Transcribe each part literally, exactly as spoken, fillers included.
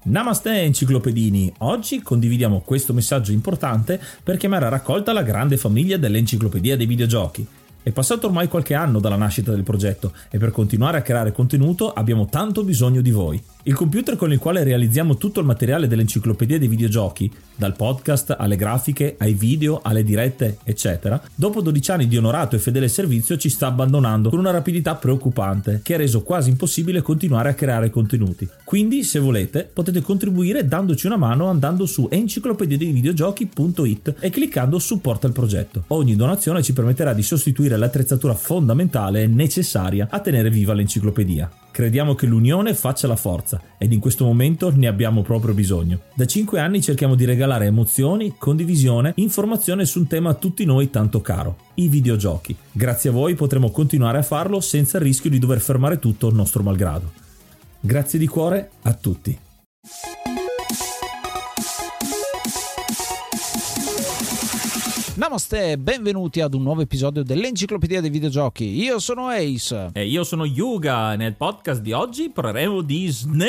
Namaste enciclopedini, oggi condividiamo questo messaggio importante per chiamare a raccolta la grande famiglia dell'Enciclopedia dei Videogiochi. È passato ormai qualche anno dalla nascita del progetto e per continuare a creare contenuto abbiamo tanto bisogno di voi. Il computer con il quale realizziamo tutto il materiale dell'Enciclopedia dei Videogiochi, dal podcast alle grafiche, ai video, alle dirette, eccetera, dopo dodici anni di onorato e fedele servizio ci sta abbandonando con una rapidità preoccupante che ha reso quasi impossibile continuare a creare contenuti. Quindi, se volete, potete contribuire dandoci una mano andando su enciclopedia dei videogiochi punto it e cliccando supporta il progetto. Ogni donazione ci permetterà di sostituire l'attrezzatura fondamentale e necessaria a tenere viva l'enciclopedia. Crediamo che l'unione faccia la forza ed in questo momento ne abbiamo proprio bisogno. Da cinque anni cerchiamo di regalare emozioni, condivisione, informazione su un tema a tutti noi tanto caro, i videogiochi. Grazie a voi potremo continuare a farlo senza il rischio di dover fermare tutto nostro malgrado. Grazie di cuore a tutti. Namaste, benvenuti ad un nuovo episodio dell'Enciclopedia dei Videogiochi. Io sono Ace. E io sono Yuga. Nel podcast di oggi parleremo di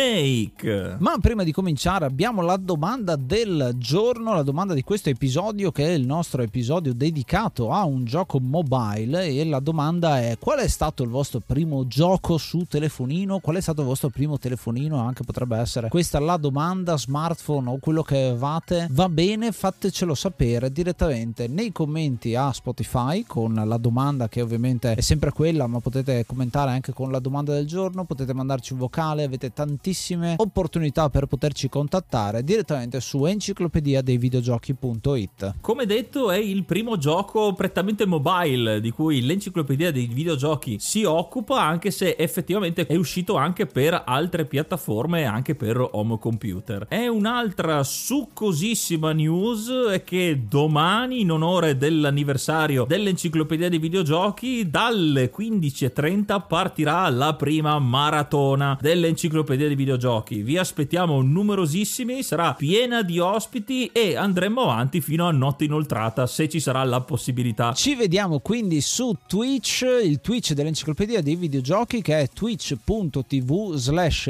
Snake. Ma prima di cominciare abbiamo la domanda del giorno, la domanda di questo episodio, che è il nostro episodio dedicato a un gioco mobile. E la domanda è: qual è stato il vostro primo gioco su telefonino? Qual è stato il vostro primo telefonino? Anche potrebbe essere questa la domanda, smartphone o quello che avevate. Va bene, fatecelo sapere direttamente nei commenti a Spotify con la domanda, che ovviamente è sempre quella, ma potete commentare anche con la domanda del giorno, potete mandarci un vocale, avete tantissime opportunità per poterci contattare direttamente su enciclopedia dei videogiochi punto it. Come detto, è il primo gioco prettamente mobile di cui l'Enciclopedia dei Videogiochi si occupa, anche se effettivamente è uscito anche per altre piattaforme e anche per home computer. È un'altra succosissima news è che domani, in onore dell'anniversario dell'Enciclopedia dei Videogiochi, dalle quindici e trenta partirà la prima maratona dell'Enciclopedia dei Videogiochi. Vi aspettiamo numerosissimi, sarà piena di ospiti e andremo avanti fino a notte inoltrata se ci sarà la possibilità. Ci vediamo quindi su Twitch, il Twitch dell'Enciclopedia dei Videogiochi, che è twitch punto tv slash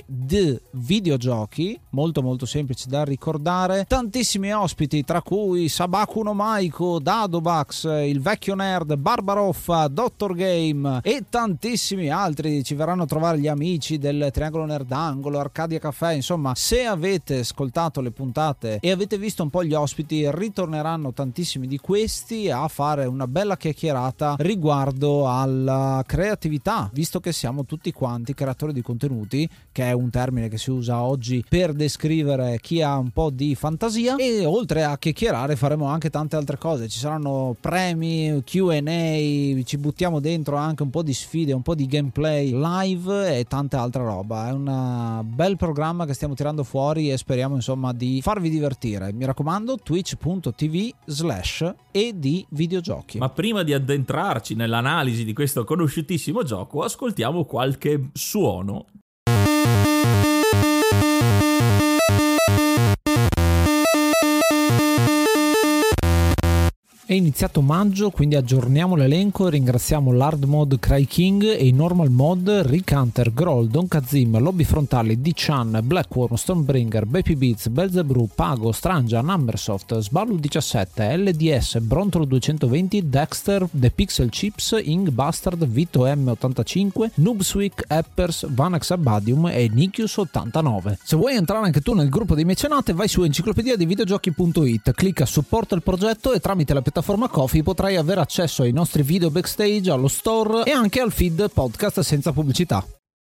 ed videogiochi, molto molto semplice da ricordare. Tantissimi ospiti, tra cui Sabakuno Maiko, Dadobax, il vecchio nerd, Barbaroffa, Dottor Game e tantissimi altri. Ci verranno a trovare gli amici del Triangolo Nerdangolo, Arcadia Caffè. Insomma, se avete ascoltato le puntate e avete visto un po' gli ospiti, ritorneranno tantissimi di questi a fare una bella chiacchierata riguardo alla creatività, visto che siamo tutti quanti creatori di contenuti, che è un termine che si usa oggi per descrivere chi ha un po' di fantasia. E oltre a chiacchierare faremo anche tante altre cose, ci saranno premi, Q and A, ci buttiamo dentro anche un po' di sfide, un po' di gameplay live e tanta altra roba. È un bel programma che stiamo tirando fuori e speriamo insomma di farvi divertire. Mi raccomando, twitch punto tv slash e di videogiochi. Ma prima di addentrarci nell'analisi di questo conosciutissimo gioco, ascoltiamo qualche suono. È iniziato maggio, quindi aggiorniamo l'elenco e ringraziamo l'Hard Mode Cry King e i Normal Mode Rick Hunter, Groll, Don Kazim, Lobby Frontali, D-Chan, Blackworm, Stormbringer, Baby Beats, Belzebrew, Pago, Strangia, Numbersoft, Sballu diciassette, L D S, Brontolo duecentoventi, Dexter, The Pixel Chips, Ing Bastard, Vito M ottantacinque, Noobswick, Eppers, Vanax Abadium e Nikius ottantanove. Se vuoi entrare anche tu nel gruppo dei mecenate, vai su enciclopedia dei videogiochi punto it, clicca supporta il progetto e tramite la piattaforma Ko-fi potrai avere accesso ai nostri video backstage, allo store e anche al feed podcast senza pubblicità.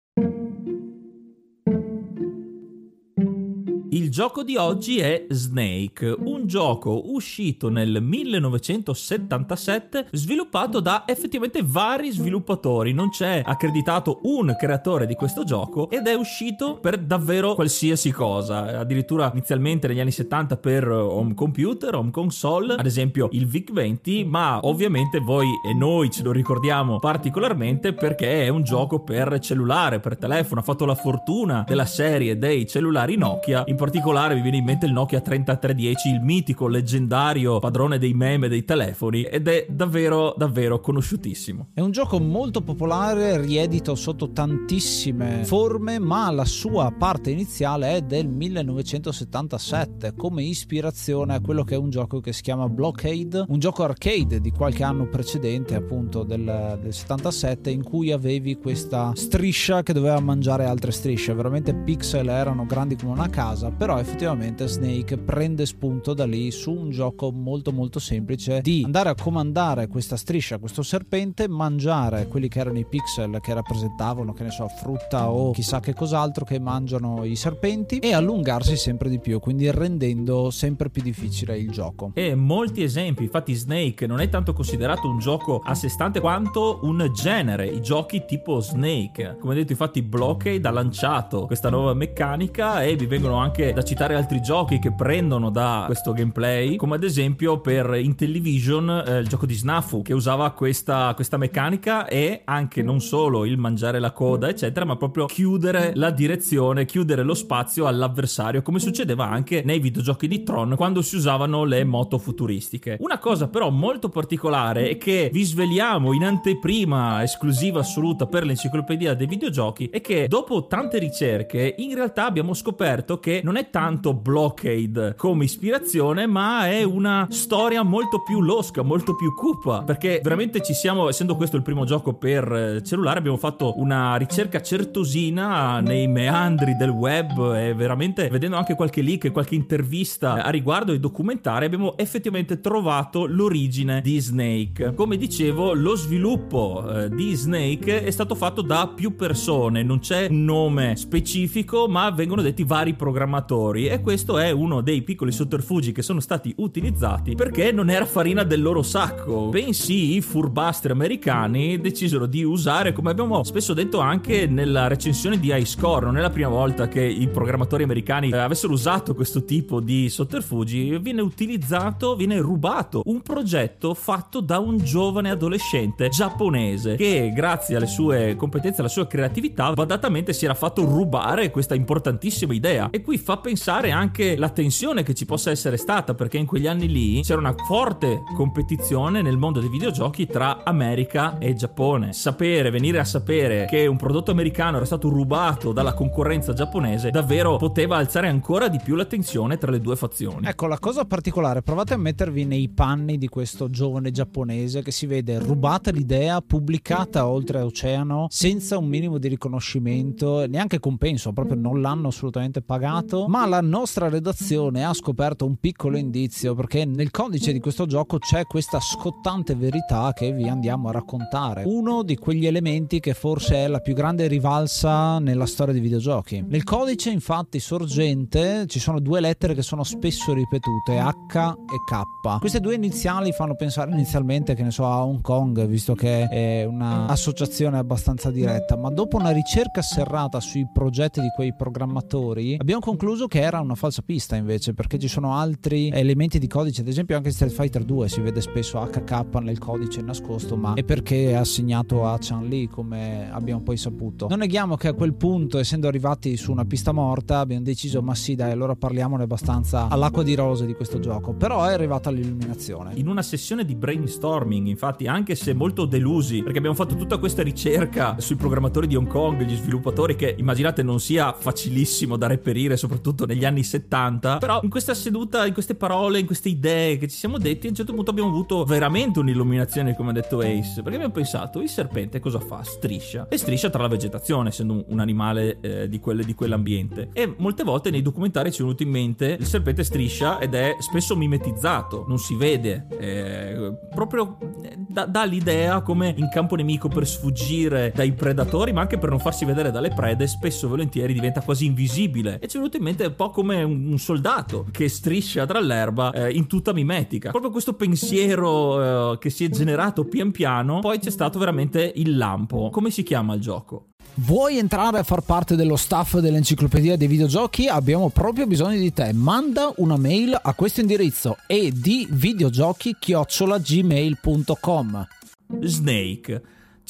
Il gioco di oggi è Snake, un gioco uscito nel millenovecentosettantasette, sviluppato da effettivamente vari sviluppatori. Non c'è accreditato un creatore di questo gioco ed è uscito per davvero qualsiasi cosa. Addirittura inizialmente negli anni settanta per home computer, home console, ad esempio il V I C venti, ma ovviamente voi e noi ce lo ricordiamo particolarmente perché è un gioco per cellulare, per telefono. Ha fatto la fortuna della serie dei cellulari Nokia. In particolare mi viene in mente il Nokia trentatré dieci, il mitico, leggendario padrone dei meme dei telefoni, ed è davvero davvero conosciutissimo. È un gioco molto popolare, riedito sotto tantissime forme, ma la sua parte iniziale è del millenovecentosettantasette come ispirazione a quello che è un gioco che si chiama Blockade, un gioco arcade di qualche anno precedente, appunto del, del settantasette, in cui avevi questa striscia che doveva mangiare altre strisce. Veramente pixel erano grandi come una casa, però effettivamente Snake prende spunto da lì su un gioco molto molto semplice di andare a comandare questa striscia, questo serpente, mangiare quelli che erano i pixel che rappresentavano, che ne so, frutta o chissà che cos'altro che mangiano i serpenti, e allungarsi sempre di più, quindi rendendo sempre più difficile il gioco. E molti esempi, infatti Snake non è tanto considerato un gioco a sé stante quanto un genere, i giochi tipo Snake. Come detto, infatti Blockade ha lanciato questa nuova meccanica e vi vengono anche da citare altri giochi che prendono da questo gameplay, come ad esempio per Intellivision eh, il gioco di Snafu, che usava questa, questa meccanica, e anche non solo il mangiare la coda eccetera, ma proprio chiudere la direzione, chiudere lo spazio all'avversario, come succedeva anche nei videogiochi di Tron quando si usavano le moto futuristiche. Una cosa però molto particolare e che vi sveliamo in anteprima esclusiva assoluta per l'enciclopedia dei videogiochi è che dopo tante ricerche in realtà abbiamo scoperto che non è tanto Blockade come ispirazione, ma è una storia molto più losca, molto più cupa, perché veramente ci siamo, essendo questo il primo gioco per cellulare, abbiamo fatto una ricerca certosina nei meandri del web e veramente vedendo anche qualche leak e qualche intervista a riguardo e documentari abbiamo effettivamente trovato l'origine di Snake. Come dicevo, lo sviluppo eh, di Snake è stato fatto da più persone, non c'è un nome specifico, ma vengono detti vari programmatori, e questo è uno dei piccoli sotterfugi che sono stati utilizzati perché non era farina del loro sacco, bensì i furbastri americani decisero di usare, come abbiamo spesso detto anche nella recensione di iScore, non è la prima volta che i programmatori americani eh, avessero usato questo tipo di sotterfugi. Viene utilizzato, viene rubato un progetto fatto da un giovane adolescente giapponese che grazie alle sue competenze, alla sua creatività, badatamente si era fatto rubare questa importantissima idea. E qui fa pensare anche la tensione che ci possa essere stata, perché in quegli anni lì c'era una forte competizione nel mondo dei videogiochi tra America e Giappone. Sapere, venire a sapere che un prodotto americano era stato rubato dalla concorrenza giapponese davvero poteva alzare ancora di più la tensione tra le due fazioni. Ecco, la cosa particolare, provate a mettervi nei panni di questo giovane giapponese che si vede rubata l'idea, pubblicata oltreoceano senza un minimo di riconoscimento, neanche compenso, proprio non l'hanno assolutamente pagato, ma la nostra redazione ha scoperto un piccolo indizio, perché nel codice di questo gioco c'è questa scottante verità che vi andiamo a raccontare, uno di quegli elementi che forse è la più grande rivalsa nella storia dei videogiochi. Nel codice infatti sorgente ci sono due lettere che sono spesso ripetute, H e K. Queste due iniziali fanno pensare inizialmente, che ne so, a Hong Kong, visto che è una associazione abbastanza diretta, ma dopo una ricerca serrata sui progetti di quei programmatori abbiamo concluso che era una falsa pista invece, perché ci sono altri elementi di codice, ad esempio anche in Street Fighter due si vede spesso H K nel codice nascosto, ma è perché è assegnato a Chun-Li, come abbiamo poi saputo. Non neghiamo che a quel punto, essendo arrivati su una pista morta, abbiamo deciso ma sì dai, allora parliamone abbastanza all'acqua di rose di questo gioco, però è arrivata l'illuminazione. In una sessione di brainstorming, infatti, anche se molto delusi, perché abbiamo fatto tutta questa ricerca sui programmatori di Hong Kong, gli sviluppatori, che immaginate non sia facilissimo da reperire, soprattutto negli anni settanta, però in questa seduta, in queste parole, in queste idee che ci siamo detti, a un certo punto abbiamo avuto veramente un'illuminazione, come ha detto Ace, perché abbiamo pensato, il serpente cosa fa? Striscia, e striscia tra la vegetazione, essendo un, un animale eh, di, quelle, di quell'ambiente, e molte volte nei documentari ci è venuto in mente il serpente striscia, ed è spesso mimetizzato, non si vede, eh, proprio dà, dà l'idea come in campo nemico, per sfuggire dai predatori ma anche per non farsi vedere dalle prede, spesso volentieri diventa quasi invisibile, e ci è venuto in mente un po' come un, un soldato che striscia tra l'erba eh, in tutta mimetica. Proprio questo pensiero eh, che si è generato pian piano, poi c'è stato veramente il lampo. Come si chiama il gioco? Vuoi entrare a far parte dello staff dell'enciclopedia dei videogiochi? Abbiamo proprio bisogno di te. Manda una mail a questo indirizzo edvideogiochi chiocciola gmail punto com. Snake.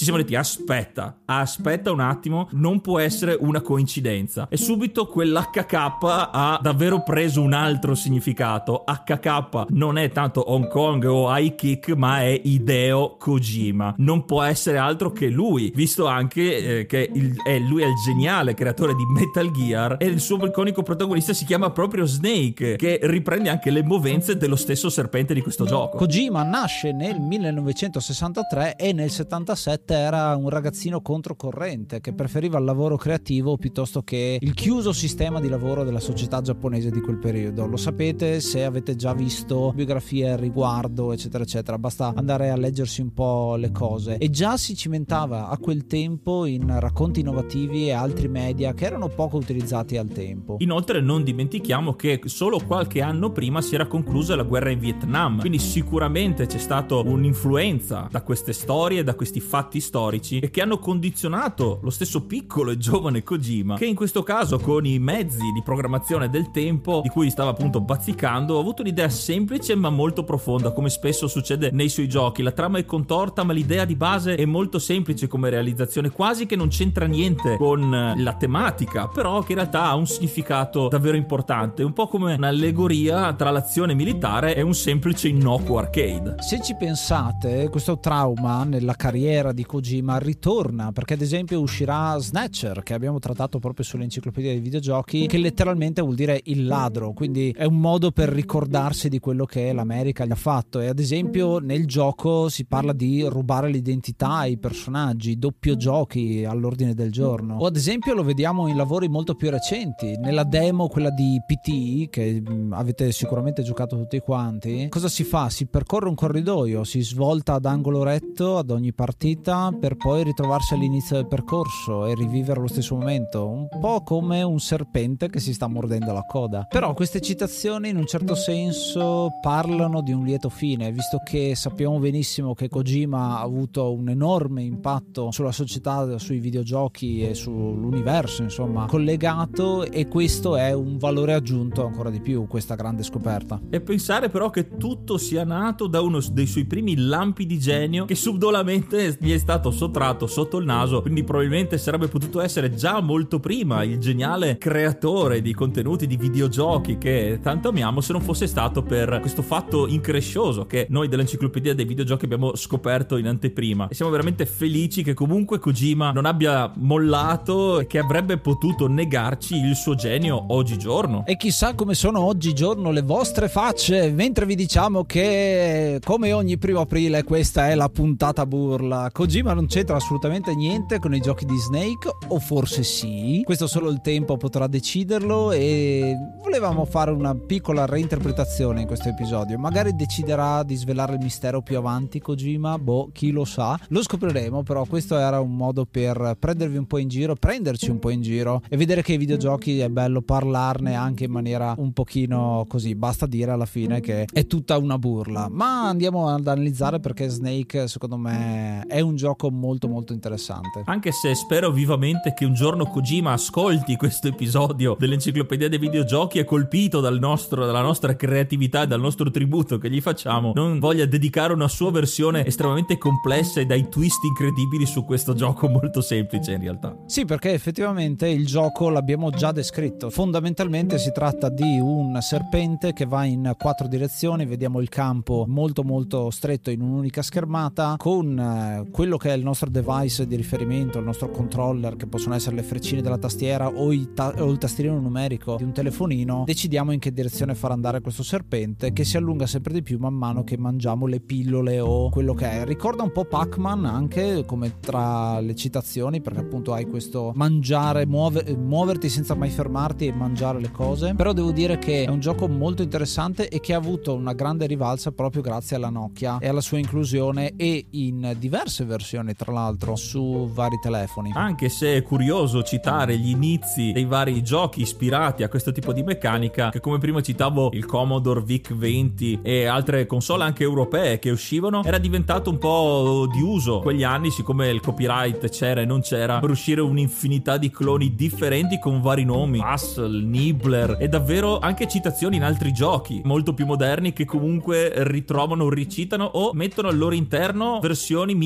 ci siamo detti aspetta, aspetta un attimo, non può essere una coincidenza. E subito quell'H K ha davvero preso un altro significato. H K non è tanto Hong Kong o High Kick, ma è Hideo Kojima. Non può essere altro che lui, visto anche eh, che il, è, lui è il geniale creatore di Metal Gear e il suo iconico protagonista si chiama proprio Snake, che riprende anche le movenze dello stesso serpente di questo gioco. Kojima nasce nel millenovecentosessantatré e nel settantasette era un ragazzino controcorrente che preferiva il lavoro creativo piuttosto che il chiuso sistema di lavoro della società giapponese di quel periodo. Lo sapete se avete già visto biografie al riguardo, eccetera eccetera, basta andare a leggersi un po' le cose. E già si cimentava a quel tempo in racconti innovativi e altri media che erano poco utilizzati al tempo. Inoltre non dimentichiamo che solo qualche anno prima si era conclusa la guerra in Vietnam, quindi sicuramente c'è stata un'influenza da queste storie, da questi fatti storici, e che hanno condizionato lo stesso piccolo e giovane Kojima, che in questo caso con i mezzi di programmazione del tempo di cui stava appunto bazzicando ha avuto un'idea semplice ma molto profonda, come spesso succede nei suoi giochi. La trama è contorta ma l'idea di base è molto semplice come realizzazione, quasi che non c'entra niente con la tematica, però che in realtà ha un significato davvero importante, un po' come un'allegoria tra l'azione militare e un semplice innocuo arcade. Se ci pensate, questo trauma nella carriera di Kojima ritorna, perché ad esempio uscirà Snatcher, che abbiamo trattato proprio sull'enciclopedia dei videogiochi, che letteralmente vuol dire il ladro, quindi è un modo per ricordarsi di quello che l'America gli ha fatto. E ad esempio nel gioco si parla di rubare l'identità ai personaggi, doppio giochi all'ordine del giorno, o ad esempio lo vediamo in lavori molto più recenti, nella demo quella di P T che avete sicuramente giocato tutti quanti. Cosa si fa? Si percorre un corridoio, si svolta ad angolo retto ad ogni partita per poi ritrovarsi all'inizio del percorso e rivivere lo stesso momento, un po' come un serpente che si sta mordendo la coda. Però queste citazioni in un certo senso parlano di un lieto fine, visto che sappiamo benissimo che Kojima ha avuto un enorme impatto sulla società, sui videogiochi e sull'universo insomma collegato, e questo è un valore aggiunto ancora di più, questa grande scoperta. E pensare però che tutto sia nato da uno dei suoi primi lampi di genio che subdolamente gli è stato sottratto sotto il naso, quindi probabilmente sarebbe potuto essere già molto prima il geniale creatore di contenuti di videogiochi che tanto amiamo, se non fosse stato per questo fatto increscioso che noi dell'enciclopedia dei videogiochi abbiamo scoperto in anteprima. E siamo veramente felici che comunque Kojima non abbia mollato e che avrebbe potuto negarci il suo genio oggigiorno. E chissà come sono oggigiorno le vostre facce mentre vi diciamo che, come ogni primo aprile, questa è la puntata burla. Kojima non c'entra assolutamente niente con i giochi di Snake, o forse sì, questo solo il tempo potrà deciderlo, e volevamo fare una piccola reinterpretazione in questo episodio. Magari deciderà di svelare il mistero più avanti Kojima, boh, chi lo sa, lo scopriremo. Però questo era un modo per prendervi un po' in giro, prenderci un po' in giro e vedere che i videogiochi è bello parlarne anche in maniera un pochino così, basta dire alla fine che è tutta una burla. Ma andiamo ad analizzare, perché Snake secondo me è un gioco molto molto interessante, anche se spero vivamente che un giorno Kojima ascolti questo episodio dell'enciclopedia dei videogiochi e, colpito dal nostro, dalla nostra creatività e dal nostro tributo che gli facciamo, non voglia dedicare una sua versione estremamente complessa e dai twist incredibili su questo gioco molto semplice in realtà. Sì, perché effettivamente il gioco l'abbiamo già descritto. Fondamentalmente si tratta di un serpente che va in quattro direzioni, vediamo il campo molto molto stretto in un'unica schermata, con eh, quello che è il nostro device di riferimento, il nostro controller, che possono essere le freccine della tastiera o, i ta- o il tastierino numerico di un telefonino. Decidiamo in che direzione far andare questo serpente, che si allunga sempre di più man mano che mangiamo le pillole o quello che è. Ricorda un po' Pac-Man anche come tra le citazioni, perché appunto hai questo mangiare, muove, muoverti senza mai fermarti e mangiare le cose. Però devo dire che è un gioco molto interessante e che ha avuto una grande rivalsa proprio grazie alla Nokia e alla sua inclusione, e in diverse versioni tra l'altro su vari telefoni. Anche se è curioso citare gli inizi dei vari giochi ispirati a questo tipo di meccanica, che come prima citavo il Commodore V I C venti e altre console anche europee che uscivano, era diventato un po' di uso quegli anni, siccome il copyright c'era e non c'era, per uscire un'infinità di cloni differenti con vari nomi, Hustle, Nibbler, e davvero anche citazioni in altri giochi molto più moderni che comunque ritrovano, ricitano o mettono al loro interno versioni minigiochi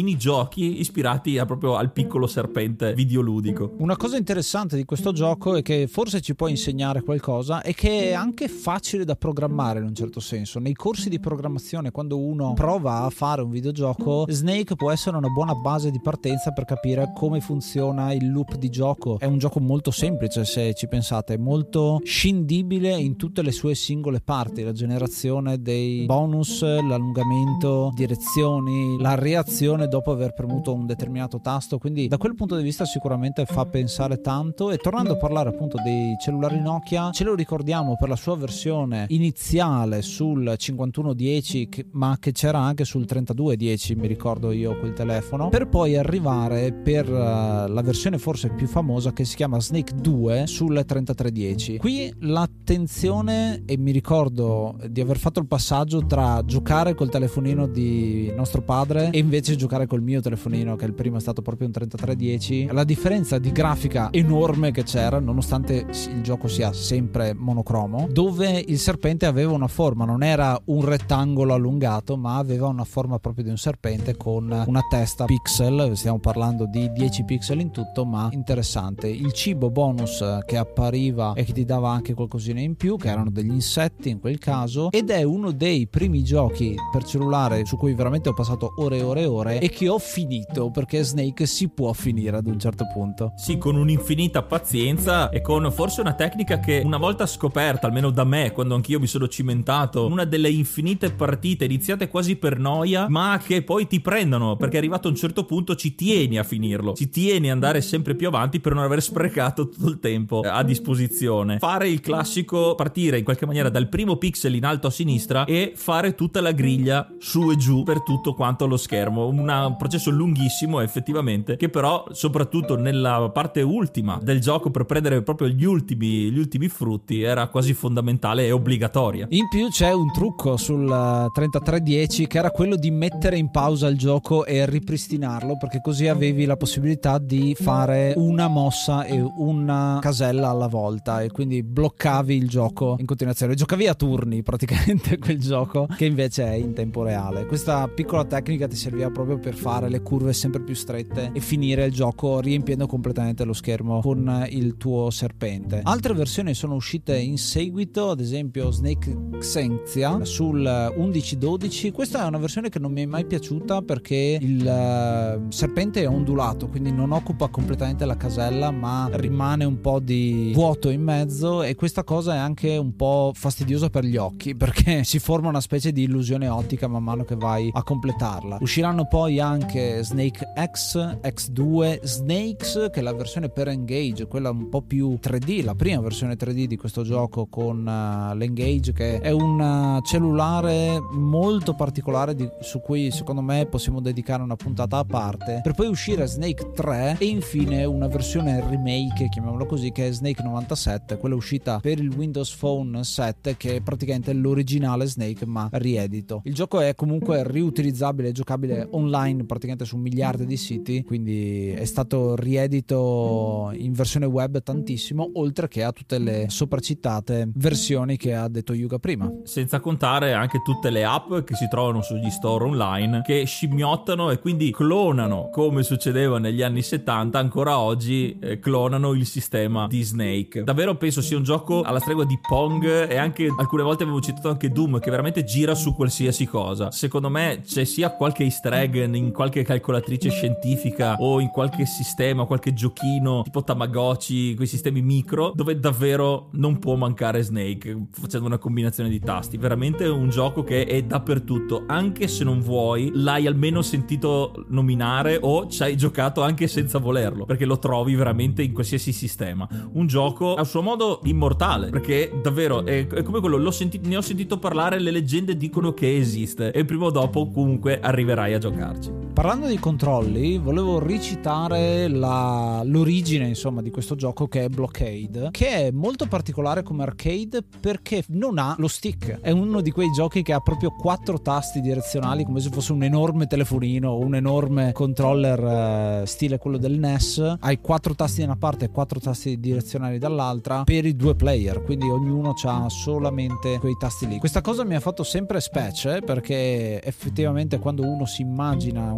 videogiochi ispirati a proprio al piccolo serpente videoludico. Una cosa interessante di questo gioco è che forse ci può insegnare qualcosa è che è anche facile da programmare in un certo senso. Nei corsi di programmazione, quando uno prova a fare un videogioco, Snake può essere una buona base di partenza per capire come funziona il loop di gioco. È un gioco molto semplice, se ci pensate, è molto scindibile in tutte le sue singole parti: la generazione dei bonus, l'allungamento, direzioni, la reazione dopo aver premuto un determinato tasto. Quindi da quel punto di vista sicuramente fa pensare tanto. E tornando a parlare appunto dei cellulari Nokia, ce lo ricordiamo per la sua versione iniziale sul cinquantuno dieci, ma che c'era anche sul trentadue dieci, mi ricordo io quel telefono, per poi arrivare per uh, la versione forse più famosa che si chiama Snake due sul trentatré dieci. Qui l'attenzione, e mi ricordo di aver fatto il passaggio tra giocare col telefonino di nostro padre e invece giocare col mio telefonino, che il primo è stato proprio un trentatré dieci, la differenza di grafica enorme che c'era, nonostante il gioco sia sempre monocromo, dove il serpente aveva una forma, non era un rettangolo allungato, ma aveva una forma proprio di un serpente con una testa pixel. Stiamo parlando di dieci pixel in tutto, ma interessante. Il cibo bonus che appariva e che ti dava anche qualcosina in più, che erano degli insetti in quel caso, ed è uno dei primi giochi per cellulare su cui veramente ho passato ore e ore e ore e che ho finito, perché Snake si può finire ad un certo punto. Sì, con un'infinita pazienza e con forse una tecnica che una volta scoperta, almeno da me, quando anch'io mi sono cimentato, una delle infinite partite iniziate quasi per noia, ma che poi ti prendono, perché arrivato a un certo punto ci tieni a finirlo, ci tieni a andare sempre più avanti per non aver sprecato tutto il tempo a disposizione. Fare il classico partire in qualche maniera dal primo pixel in alto a sinistra e fare tutta la griglia su e giù per tutto quanto lo schermo, una, un processo lunghissimo effettivamente, che però soprattutto nella parte ultima del gioco, per prendere proprio gli ultimi, gli ultimi frutti, era quasi fondamentale e obbligatoria. In più c'è un trucco sul trentatré dieci che era quello di mettere in pausa il gioco e ripristinarlo, perché così avevi la possibilità di fare una mossa e una casella alla volta e quindi bloccavi il gioco in continuazione, giocavi a turni praticamente quel gioco, che invece è in tempo reale. Questa piccola tecnica ti serviva proprio per fare le curve sempre più strette e finire il gioco riempiendo completamente lo schermo con il tuo serpente. Altre versioni sono uscite in seguito, ad esempio Snake Xentia sul undici dodici. Questa è una versione che non mi è mai piaciuta perché il uh, serpente è ondulato, quindi non occupa completamente la casella ma rimane un po' di vuoto in mezzo, e questa cosa è anche un po' fastidiosa per gli occhi perché si forma una specie di illusione ottica man mano che vai a completarla. Usciranno poi anche Snake X, X due, Snakes, che è la versione per Engage, quella un po' più tre D, la prima versione tre D di questo gioco con uh, l'Engage, che è un uh, cellulare molto particolare di, su cui secondo me possiamo dedicare una puntata a parte, per poi uscire Snake tre e infine una versione remake, chiamiamola così, che è Snake novantasette, quella uscita per il Windows Phone sette, che è praticamente l'originale Snake ma riedito. Il gioco è comunque riutilizzabile e giocabile online praticamente su miliardi di siti, quindi è stato riedito in versione web tantissimo, oltre che a tutte le sopracitate versioni che ha detto Yuga prima. Senza contare anche tutte le app che si trovano sugli store online che scimmiottano e quindi clonano, come succedeva negli anni settanta, ancora oggi eh, clonano il sistema di Snake. Davvero penso sia un gioco alla stregua di Pong, e anche alcune volte avevo citato anche Doom, che veramente gira su qualsiasi cosa. Secondo me c'è sia qualche easter egg in qualche calcolatrice scientifica o in qualche sistema, qualche giochino tipo Tamagotchi, quei sistemi micro, dove davvero non può mancare Snake facendo una combinazione di tasti. Veramente un gioco che è dappertutto, anche se non vuoi l'hai almeno sentito nominare o ci hai giocato anche senza volerlo, perché lo trovi veramente in qualsiasi sistema. Un gioco a suo modo immortale, perché davvero è, è come quello, l'ho sentito, ne ho sentito parlare, le leggende dicono che esiste e prima o dopo comunque arriverai a giocarci. Parlando di controlli, volevo ricitare la, l'origine insomma di questo gioco, che è Blockade, che è molto particolare come arcade perché non ha lo stick. È uno di quei giochi che ha proprio quattro tasti direzionali, come se fosse un enorme telefonino o un enorme controller eh, stile quello del N E S. Hai quattro tasti da una parte e quattro tasti direzionali dall'altra per i due player, quindi ognuno ha solamente quei tasti lì. Questa cosa mi ha fatto sempre specie, perché effettivamente quando uno si immagina un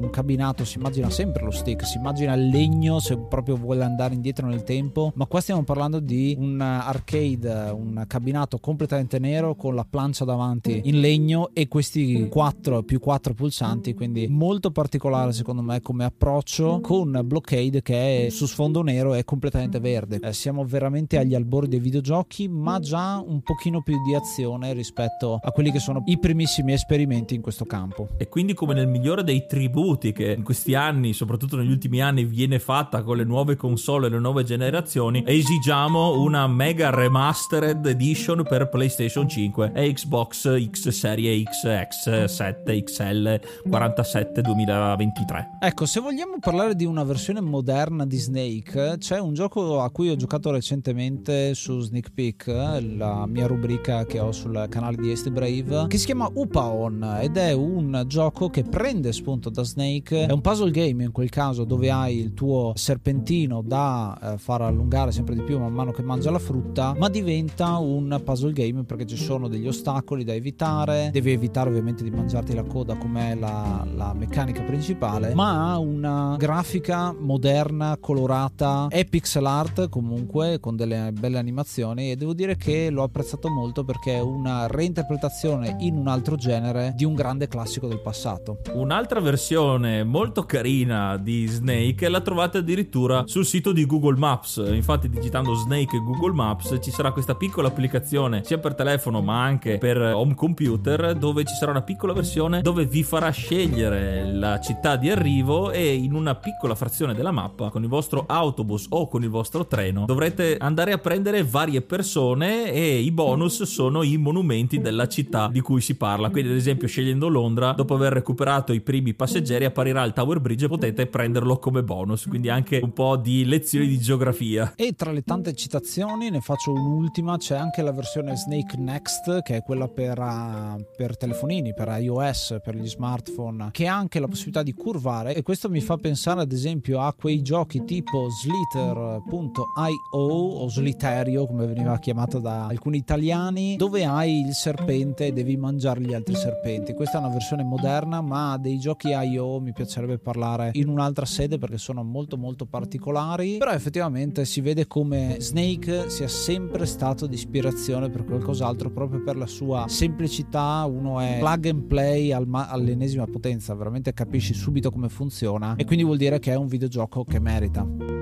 un cabinato si immagina sempre lo stick, si immagina il legno se proprio vuole andare indietro nel tempo, ma qua stiamo parlando di un arcade, un cabinato completamente nero con la plancia davanti in legno e questi quattro più quattro pulsanti, quindi molto particolare secondo me come approccio, con Blockade che è su sfondo nero e completamente verde. Eh, siamo veramente agli albori dei videogiochi, ma già un pochino più di azione rispetto a quelli che sono i primissimi esperimenti in questo campo. E quindi, come nel migliore dei tributi che in questi anni, soprattutto negli ultimi anni, viene fatta con le nuove console e le nuove generazioni, esigiamo una mega remastered edition per PlayStation cinque e Xbox X Serie X, X sette, X L quarantasette duemilaventitré. Ecco, se vogliamo parlare di una versione moderna di Snake, c'è un gioco a cui ho giocato recentemente su Sneak Peek, la mia rubrica che ho sul canale di Ace the Brave, che si chiama Upaon ed è un gioco che prende spunto da Snake. È un puzzle game in quel caso, dove hai il tuo serpentino da eh, far allungare sempre di più man mano che mangia la frutta, ma diventa un puzzle game perché ci sono degli ostacoli da evitare, devi evitare ovviamente di mangiarti la coda come la, la meccanica principale, ma ha una grafica moderna, colorata, è pixel art comunque con delle belle animazioni, e devo dire che l'ho apprezzato molto perché è una reinterpretazione in un altro genere di un grande classico del passato. Un'altra versione molto carina di Snake la trovate addirittura sul sito di Google Maps. Infatti, digitando Snake Google Maps ci sarà questa piccola applicazione sia per telefono ma anche per home computer, dove ci sarà una piccola versione dove vi farà scegliere la città di arrivo, e in una piccola frazione della mappa con il vostro autobus o con il vostro treno dovrete andare a prendere varie persone, e i bonus sono i monumenti della città di cui si parla. Quindi, ad esempio, scegliendo Londra, dopo aver recuperato i primi passeggeri apparirà il Tower Bridge e potete prenderlo come bonus, quindi anche un po' di lezioni di geografia. E tra le tante citazioni ne faccio un'ultima: c'è anche la versione Snake Next, che è quella per, uh, per telefonini, per iOS, per gli smartphone, che ha anche la possibilità di curvare, e questo mi fa pensare ad esempio a quei giochi tipo Slither punto io o Sliterio come veniva chiamato da alcuni italiani, dove hai il serpente e devi mangiare gli altri serpenti. Questa è una versione moderna, ma dei giochi I O mi piacerebbe parlare in un'altra sede perché sono molto molto particolari, però effettivamente si vede come Snake sia sempre stato di ispirazione per qualcos'altro, proprio per la sua semplicità. Uno è plug and play al ma- all'ennesima potenza, veramente capisci subito come funziona, e quindi vuol dire che è un videogioco che merita.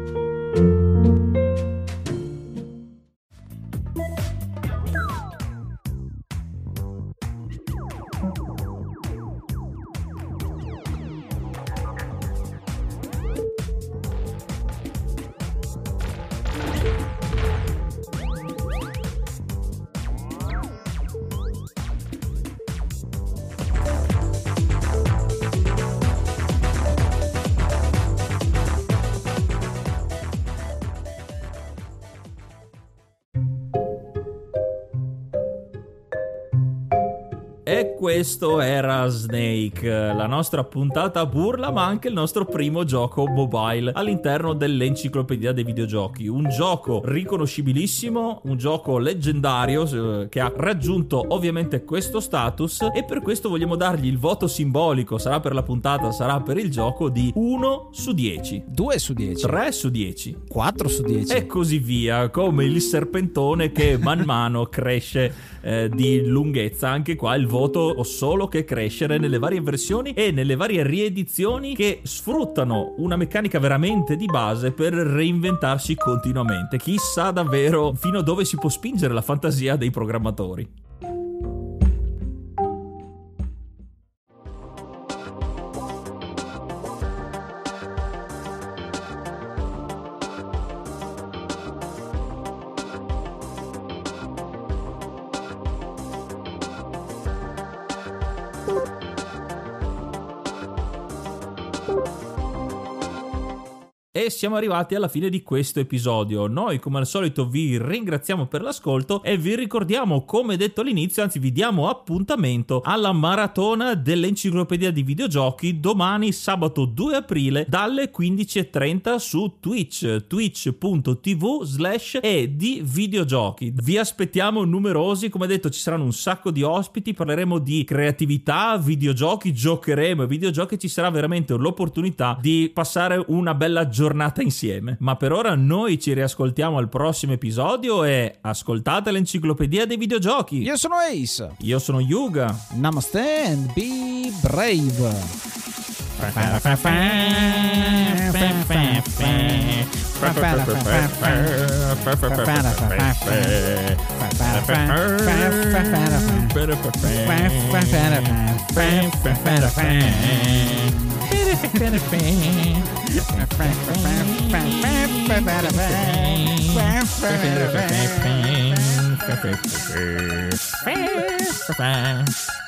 E questo era Snake, la nostra puntata a burla, ma anche il nostro primo gioco mobile all'interno dell'enciclopedia dei videogiochi. Un gioco riconoscibilissimo, un gioco leggendario che ha raggiunto ovviamente questo status, e per questo vogliamo dargli il voto simbolico, sarà per la puntata, sarà per il gioco, di uno su dieci, due su dieci, tre su dieci, quattro su dieci e così via, come il serpentone che man mano cresce eh, di lunghezza. Anche qua il voto o solo che crescere nelle varie versioni e nelle varie riedizioni che sfruttano una meccanica veramente di base per reinventarsi continuamente. Chissà davvero fino a dove si può spingere la fantasia dei programmatori. E siamo arrivati alla fine di questo episodio. Noi come al solito vi ringraziamo per l'ascolto e vi ricordiamo, come detto all'inizio, anzi vi diamo appuntamento alla maratona dell'Enciclopedia di Videogiochi domani sabato due aprile dalle quindici e trenta su Twitch, twitch.tv slash e di videogiochi. Vi aspettiamo numerosi, come detto ci saranno un sacco di ospiti, parleremo di creatività, videogiochi, giocheremo ai videogiochi, ci sarà veramente l'opportunità di passare una bella giornata giornata insieme. Ma per ora noi ci riascoltiamo al prossimo episodio e ascoltate l'Enciclopedia dei Videogiochi. Io sono Ace. Io sono Yuga. Namaste and be brave. Bye.